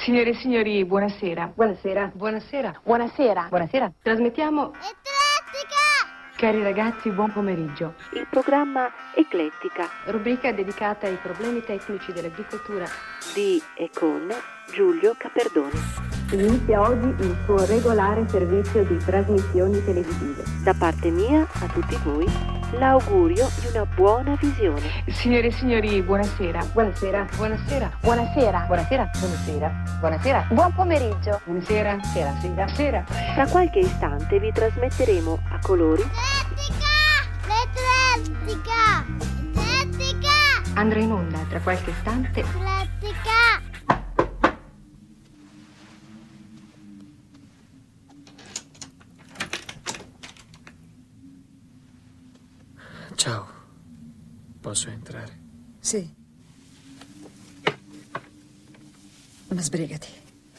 Signore e signori, buonasera. Buonasera. Buonasera. Buonasera. Buonasera. Trasmettiamo... Eclettica! Cari ragazzi, buon pomeriggio. Il programma Eclettica Rubrica dedicata ai problemi tecnici dell'agricoltura di e con Giulio Caperdoni. Inizia oggi il suo regolare servizio di trasmissioni televisive. Da parte mia a tutti voi l'augurio di una buona visione. Signore e signori, buonasera. Buonasera. Buonasera. Buonasera. Buonasera. Buonasera. Buonasera. Buon pomeriggio! Buonasera. Sera. Sera. Sera. Tra qualche istante vi trasmetteremo a colori L'Eclettica! L'Eclettica! Andrà in onda tra qualche istante L'Eclettica! Ciao, posso entrare? Sì. Ma sbrigati.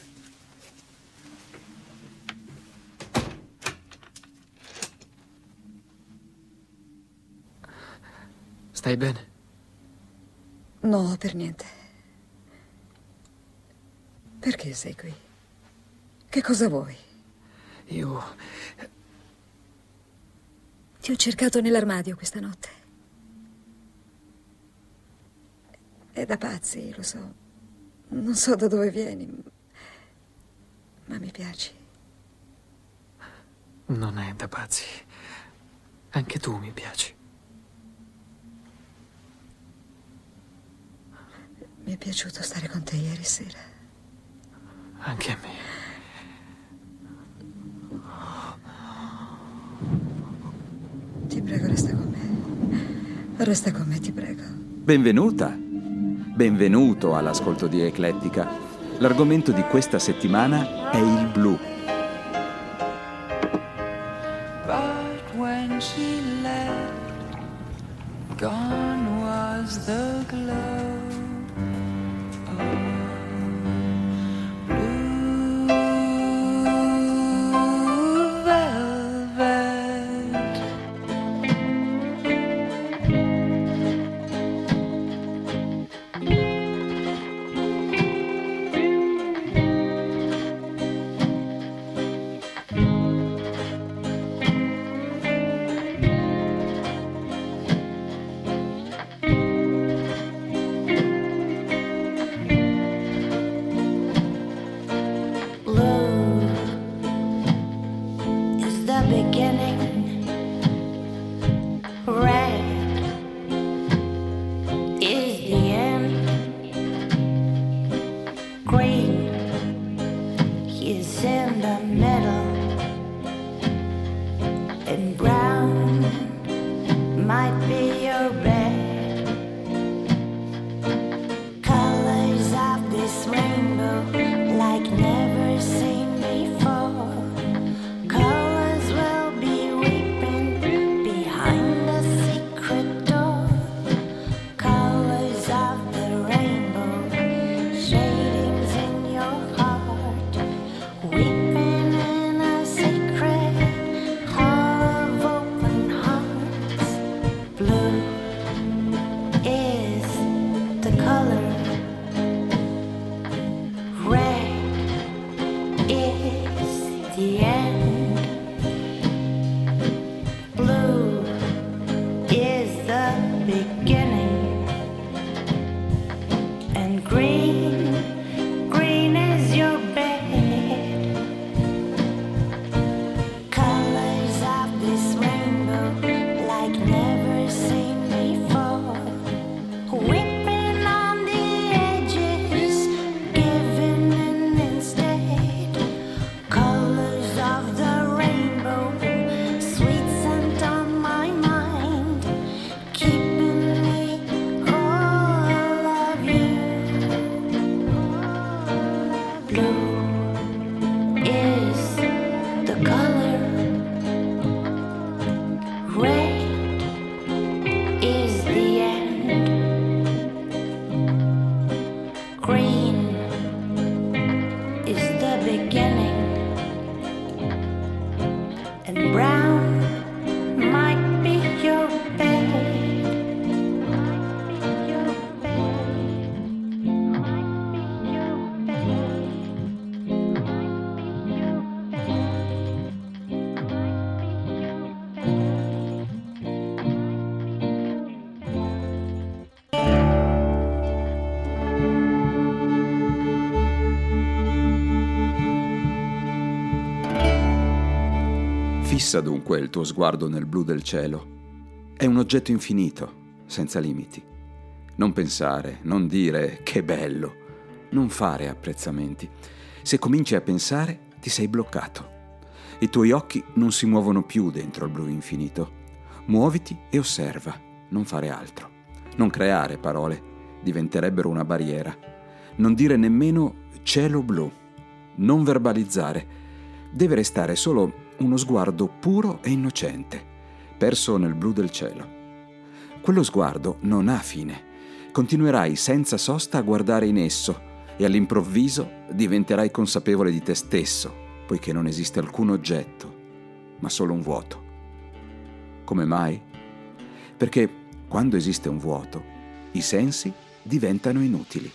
Stai bene? No, per niente. Perché sei qui? Che cosa vuoi? Io... Ti ho cercato nell'armadio questa notte. È da pazzi, lo so. Non so da dove vieni, ma mi piaci. Non è da pazzi. Anche tu mi piaci. Mi è piaciuto stare con te ieri sera. Anche a me. Ti prego, resta con me. Resta con me, ti prego. Benvenuta. Benvenuto all'ascolto di Eclettica. L'argomento di questa settimana è il blu. But when she left, gone was the glow of blue velvet. Blue is the beginning. Red is the end. Green is in the middle. And brown might be your bed. Colors of this rainbow like never seen before. Colors will be weeping behind a secret door. Colors of the rainbow, shadings in your heart. Weeping in a secret hall of open hearts. Blue is the color. Red is the end. Blue is the beginning. And green is your bed. Colors of this rainbow like never seen before. Whipping on the edges, giving in instead. Colors of the rainbow, sweet scent on my mind, keeping me all of you. Blue is the color. Red is the end. Green is the beginning. And brown might be your bed. Might be your bed. Fissa dunque il tuo sguardo nel blu del cielo. È un oggetto infinito, senza limiti. Non pensare, non dire che bello, non fare apprezzamenti. Se cominci a pensare, ti sei bloccato. I tuoi occhi non si muovono più dentro il blu infinito. Muoviti e osserva, non fare altro. Non creare parole, diventerebbero una barriera. Non dire nemmeno cielo blu. Non verbalizzare. Deve restare solo uno sguardo puro e innocente, perso nel blu del cielo. Quello sguardo non ha fine. Continuerai senza sosta a guardare in esso e all'improvviso diventerai consapevole di te stesso, poiché non esiste alcun oggetto, ma solo un vuoto. Come mai? Perché quando esiste un vuoto, i sensi diventano inutili.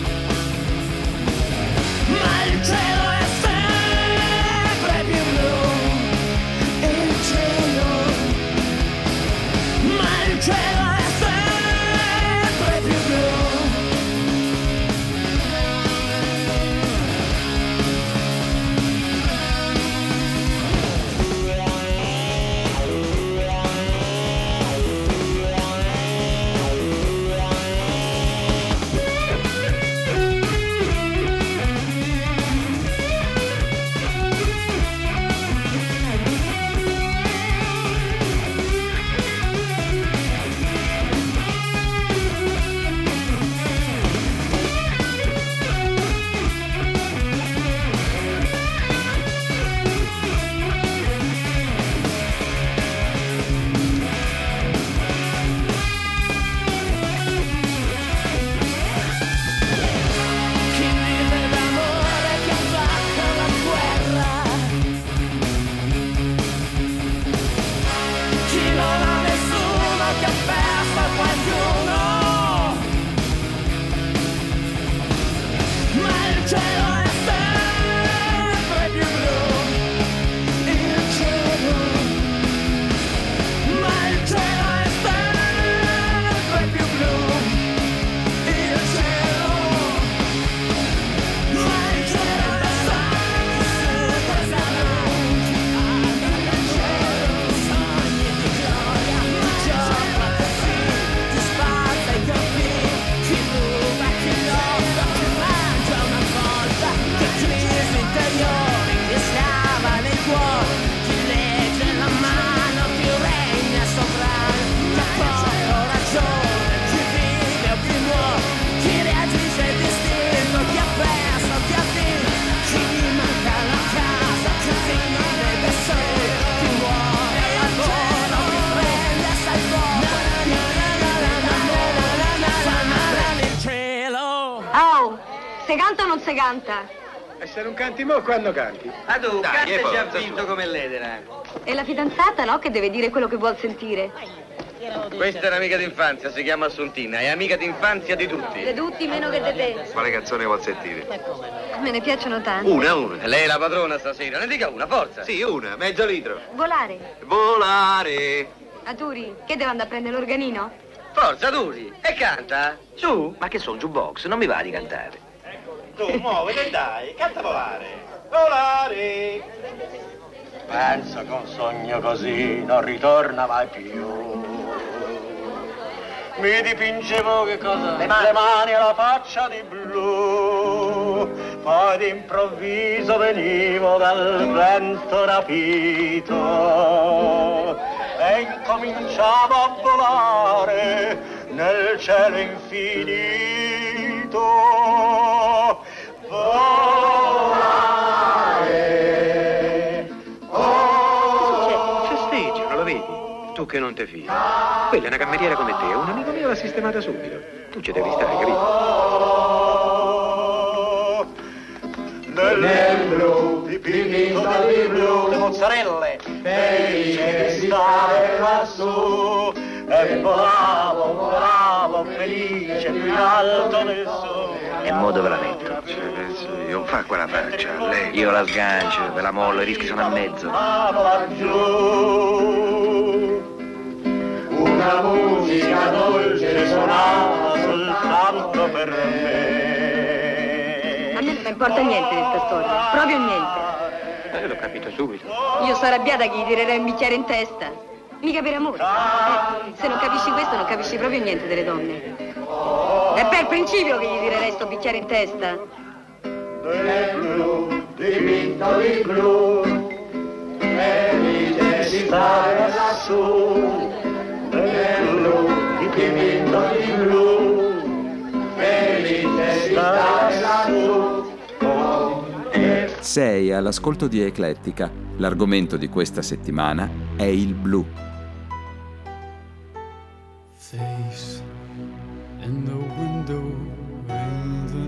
Ma il cielo è sempre più blu. Se canta o non se canta? E se non canti mo, quando canti? Ah tu, Dai, canta già forza, vinto su. come l'edera. È la fidanzata, no? Che deve dire quello che vuol sentire. Questa è un'amica d'infanzia, si chiama Assuntina, è amica d'infanzia di tutti. Di tutti meno che di te. Quale canzone vuol sentire? Me ne piacciono tanto. Una. Lei è la padrona stasera, ne dica una, forza. Sì, una, mezzo litro. Volare. Volare. Aturi, che devo andare a prendere l'organino? Forza, Duri, e canta. Su. Ma che sono jukebox? Non mi va di cantare. Tu, muovete, dai, canta volare. Volare. Penso che un sogno così non ritorna mai più. Mi dipingevo che cosa? Le mani e la faccia di blu. Poi d'improvviso venivo dal vento rapito e incominciavo a volare nel cielo infinito. Volare. Festeggia, non lo vedi? Tu che non te fidi. Quella è una cameriera come te, un amico mio l'ha sistemata subito. Tu ci devi stare, capito? Nel blu, dipinto di blu, le mozzarelle, felice di stare lassù. E volavo, felice, più in alto del sole. E mo dove la metto? Io non fa quella faccia, lei. Io la sgancio, ve la mollo, i rischi sono a mezzo. Una musica dolce suonava soltanto per me. A me non mi importa niente di sta storia, proprio niente. L'ho capito subito. Io sono arrabbiata che gli tirerei un bicchiere in testa. Mica per amore. Se non capisci questo non capisci proprio niente delle donne. È per principio che gli tirerei sto bicchiere in testa. Nel blu, dipinto di blu, felice si stare lassù. Nel blu, dipinto di blu, felice si stare lassù. Sei all'ascolto di Eclettica. L'argomento di questa settimana è il blu. Face in the window in the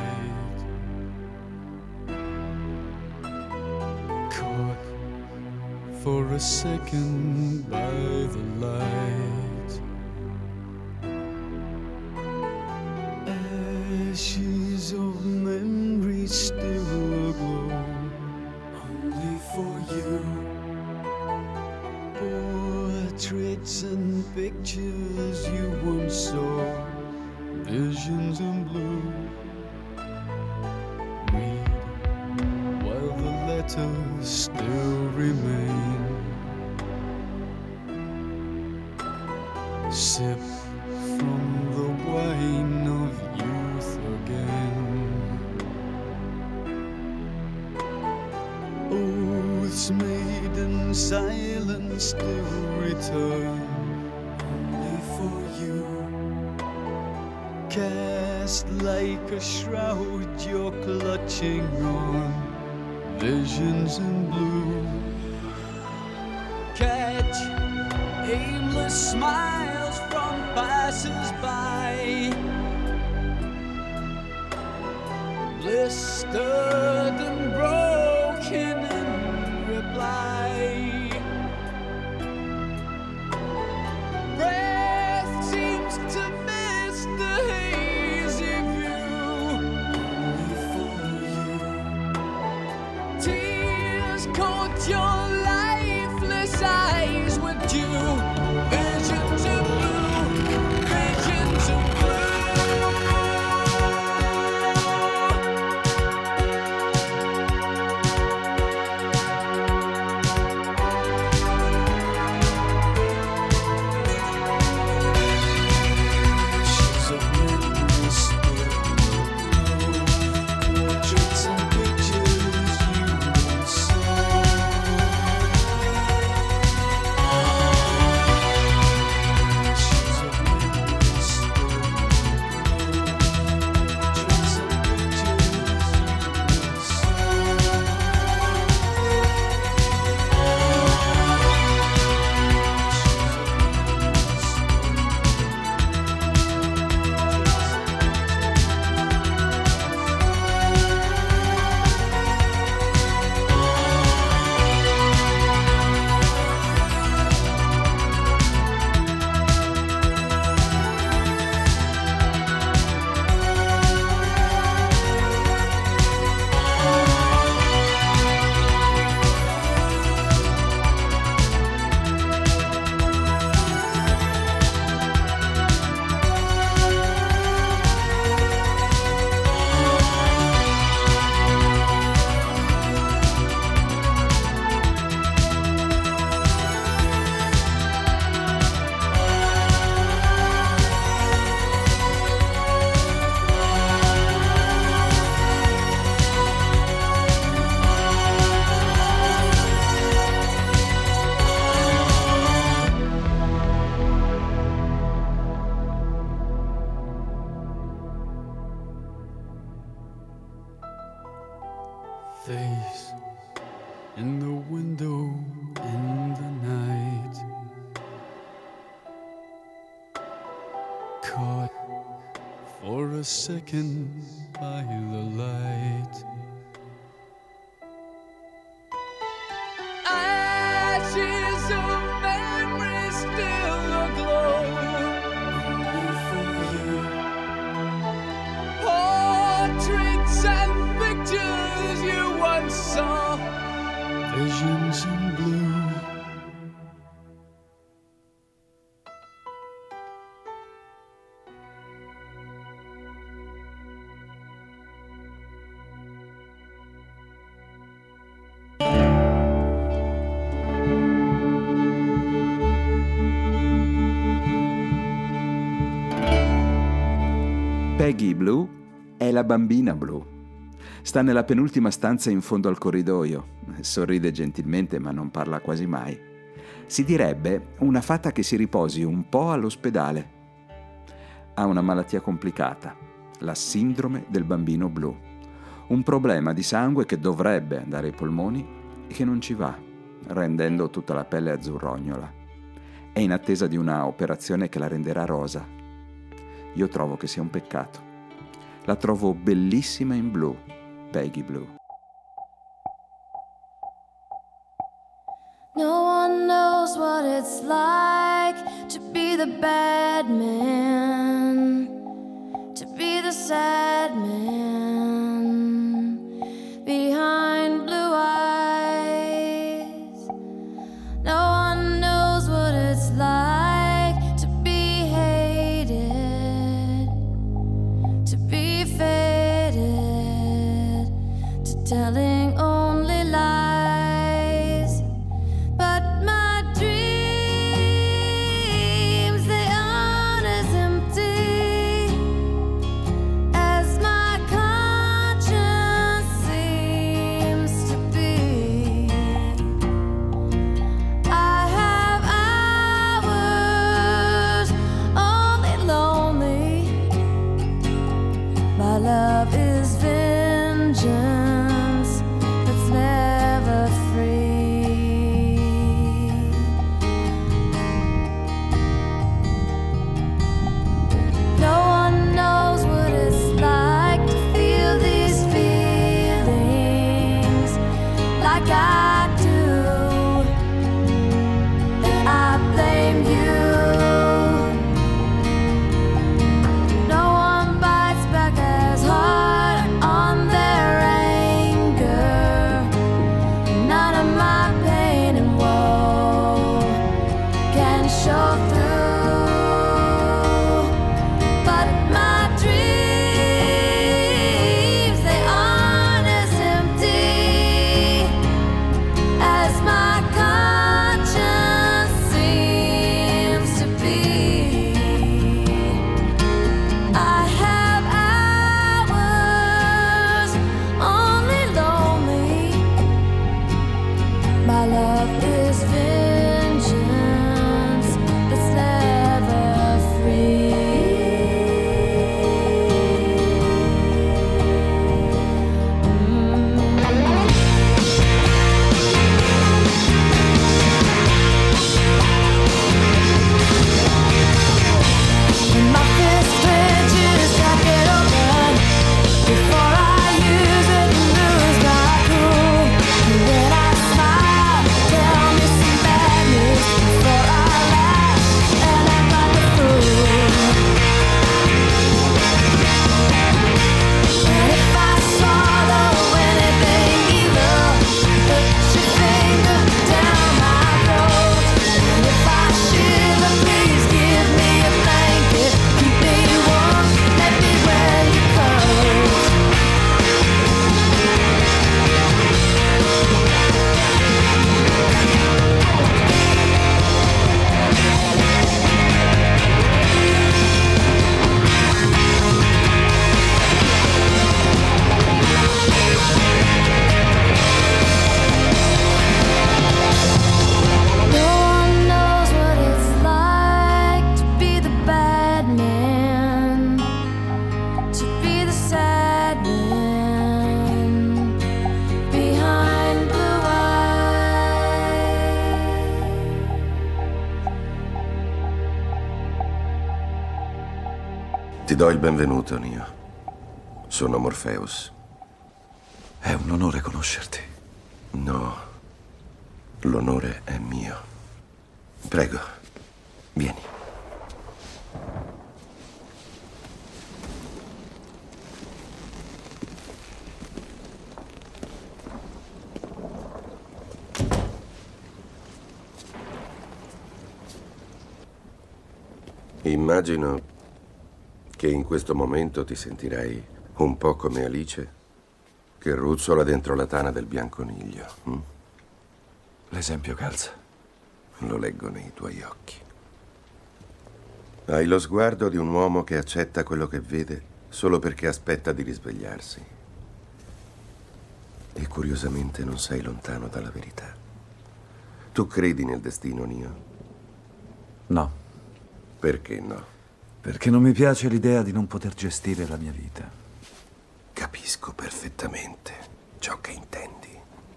night, caught for a second by the light, ashes of memory still aglow, only for you. Portraits and pictures you once saw, visions in blue. Read while the letters still remain. Sip from the wine of youth again. Oaths made in silence still return, only for you. Cast like a shroud you're clutching on, visions in blue. Catch aimless smiles from passers-by, blistered and broken in reply. Breath seems to miss the hazy view, only for you. Tears coat your lifeless eyes with dew, visions of blue, visions of blue. in the night, caught for a second by the light. Ashes of memory still aglow. Portraits and pictures you once saw. Visions in blue. Peggy Blue è la bambina blu. Sta nella penultima stanza in fondo al corridoio. Sorride gentilmente ma non parla quasi mai. Si direbbe una fata che si riposi un po' all'ospedale. Ha una malattia complicata, la sindrome del bambino blu. Un problema di sangue che dovrebbe andare ai polmoni e che non ci va, rendendo tutta la pelle azzurrognola. È in attesa di una operazione che la renderà rosa. Io trovo che sia un peccato. La trovo bellissima in blu, Peggy Blue. No one knows what it's like to be the bad man, to be the sad man behind blue eyes. No one knows what it's like to be hated, to be faded, to telling only lies. But my dreams, they aren't as empty as my conscience seems to be. I have hours only lonely. My love is vengeance that's never free. No one knows what it's like to feel these feelings like I do, and I blame you. No one bites back as hard on their anger. None of my pain and woe can show through. But my dreams, they aren't as empty as my conscience seems to be. I have hours only lonely. My love is vengeance that's never free. When my fist twitches, crack it open before I use it and lose my cool. And when I smile, tell me some bad Ti do il benvenuto, Neo. Sono Morpheus. È un onore conoscerti. No, l'onore è mio. Prego, vieni. Immagino che in questo momento ti sentirai un po' come Alice che ruzzola dentro la tana del bianconiglio. L'esempio calza. Lo leggo nei tuoi occhi. Hai lo sguardo di un uomo che accetta quello che vede solo perché aspetta di risvegliarsi. E curiosamente non sei lontano dalla verità. Tu credi nel destino, Neo? No. Perché no? Perché non mi piace l'idea di non poter gestire la mia vita. Capisco perfettamente ciò che intendi.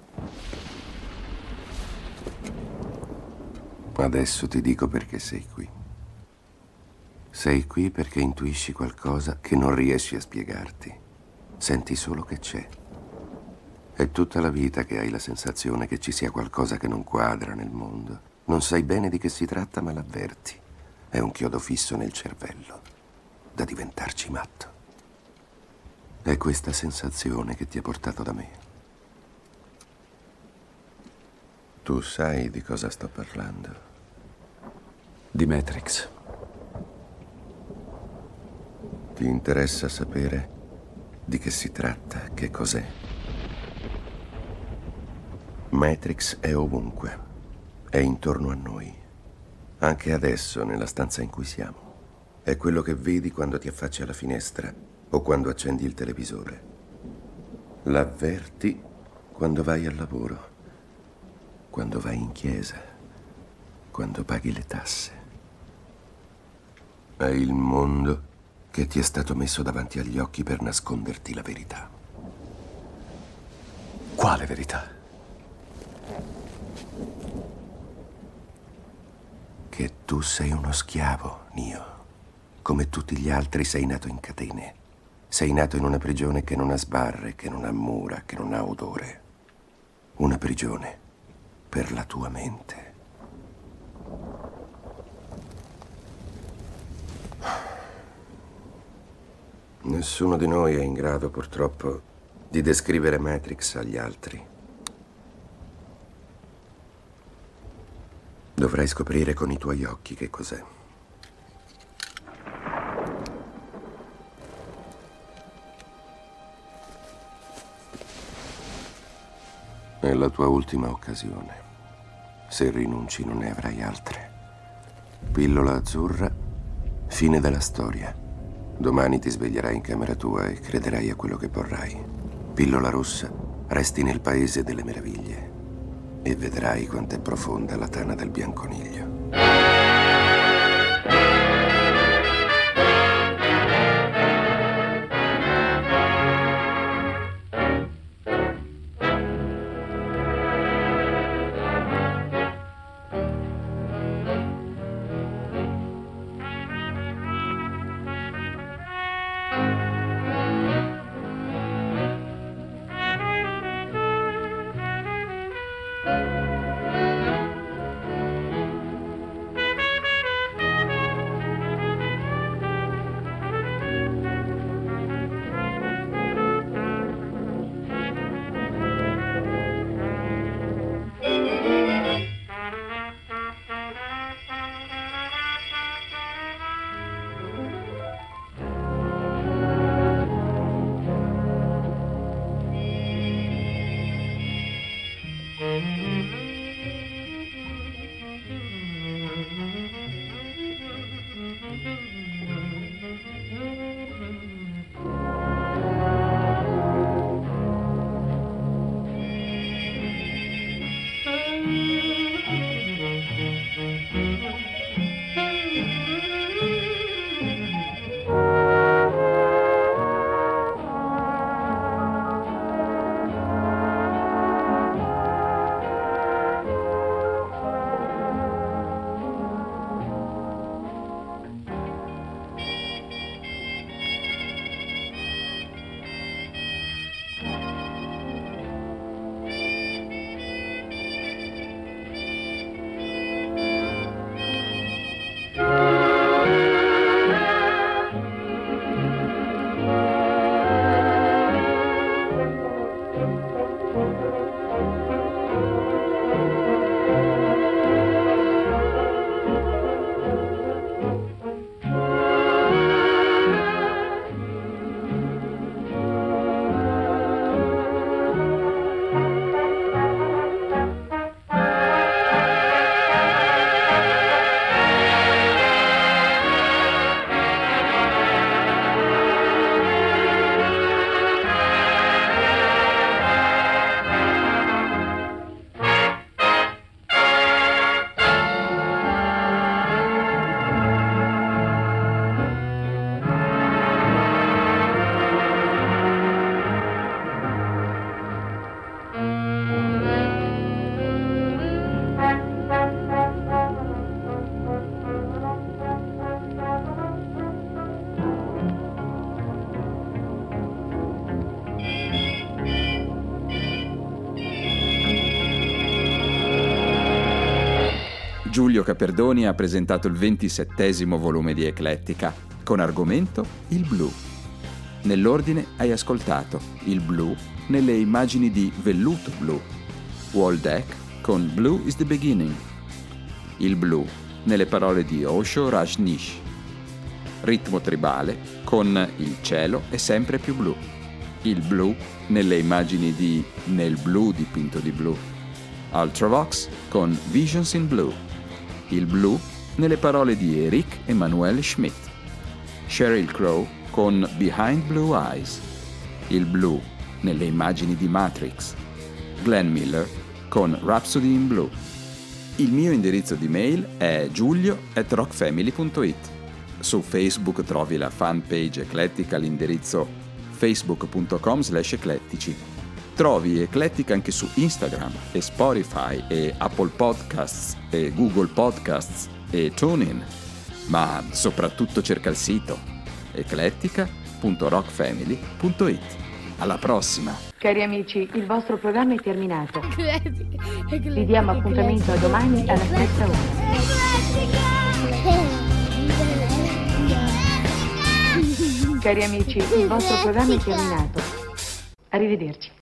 Adesso ti dico perché sei qui. Sei qui perché intuisci qualcosa che non riesci a spiegarti. Senti solo che c'è. È tutta la vita che hai la sensazione che ci sia qualcosa che non quadra nel mondo. Non sai bene di che si tratta, ma l'avverti. È un chiodo fisso nel cervello, da diventarci matto. È questa sensazione che ti ha portato da me. Tu sai di cosa sto parlando? Di Matrix. Ti interessa sapere di che si tratta, che cos'è? Matrix è ovunque, è intorno a noi. Anche adesso, nella stanza in cui siamo. È quello che vedi quando ti affacci alla finestra o quando accendi il televisore. L'avverti quando vai al lavoro, quando vai in chiesa, quando paghi le tasse. È il mondo che ti è stato messo davanti agli occhi per nasconderti la verità. Quale verità? Che tu sei uno schiavo, Neo. Come tutti gli altri sei nato in catene. Sei nato in una prigione che non ha sbarre, che non ha mura, che non ha odore. Una prigione per la tua mente. Nessuno di noi è in grado, purtroppo, di descrivere Matrix agli altri. Dovrai scoprire con i tuoi occhi che cos'è. È la tua ultima occasione. Se rinunci non ne avrai altre. Pillola azzurra, fine della storia. Domani ti sveglierai in camera tua e crederai a quello che vorrai. Pillola rossa, resti nel paese delle meraviglie. E vedrai quanto è profonda la tana del bianconiglio. Giulio Caperdoni ha presentato il 27° volume di Eclettica, con argomento il blu. Nell'ordine hai ascoltato il blu nelle immagini di Velluto Blu, Waldeck con Blue is the Beginning, il blu nelle parole di Osho Rajneesh, Ritmo Tribale con Il cielo è sempre più blu, il blu nelle immagini di Nel blu dipinto di blu, Ultravox con Visions in Blue, il blu nelle parole di Eric Emanuel Schmidt, Sheryl Crow con Behind Blue Eyes, il blu nelle immagini di Matrix, Glenn Miller con Rhapsody in Blue. Il mio indirizzo di mail è giulio@rockfamily.it. Su Facebook trovi la fanpage Eclettica all'indirizzo facebook.com/eclettici. Trovi Eclettica anche su Instagram e Spotify e Apple Podcasts e Google Podcasts e TuneIn, ma soprattutto cerca il sito eclettica.rockfamily.it. Alla prossima! Cari amici, il vostro programma è terminato. Vi diamo appuntamento a domani alla stessa ora. Cari amici, il vostro programma è terminato. Arrivederci.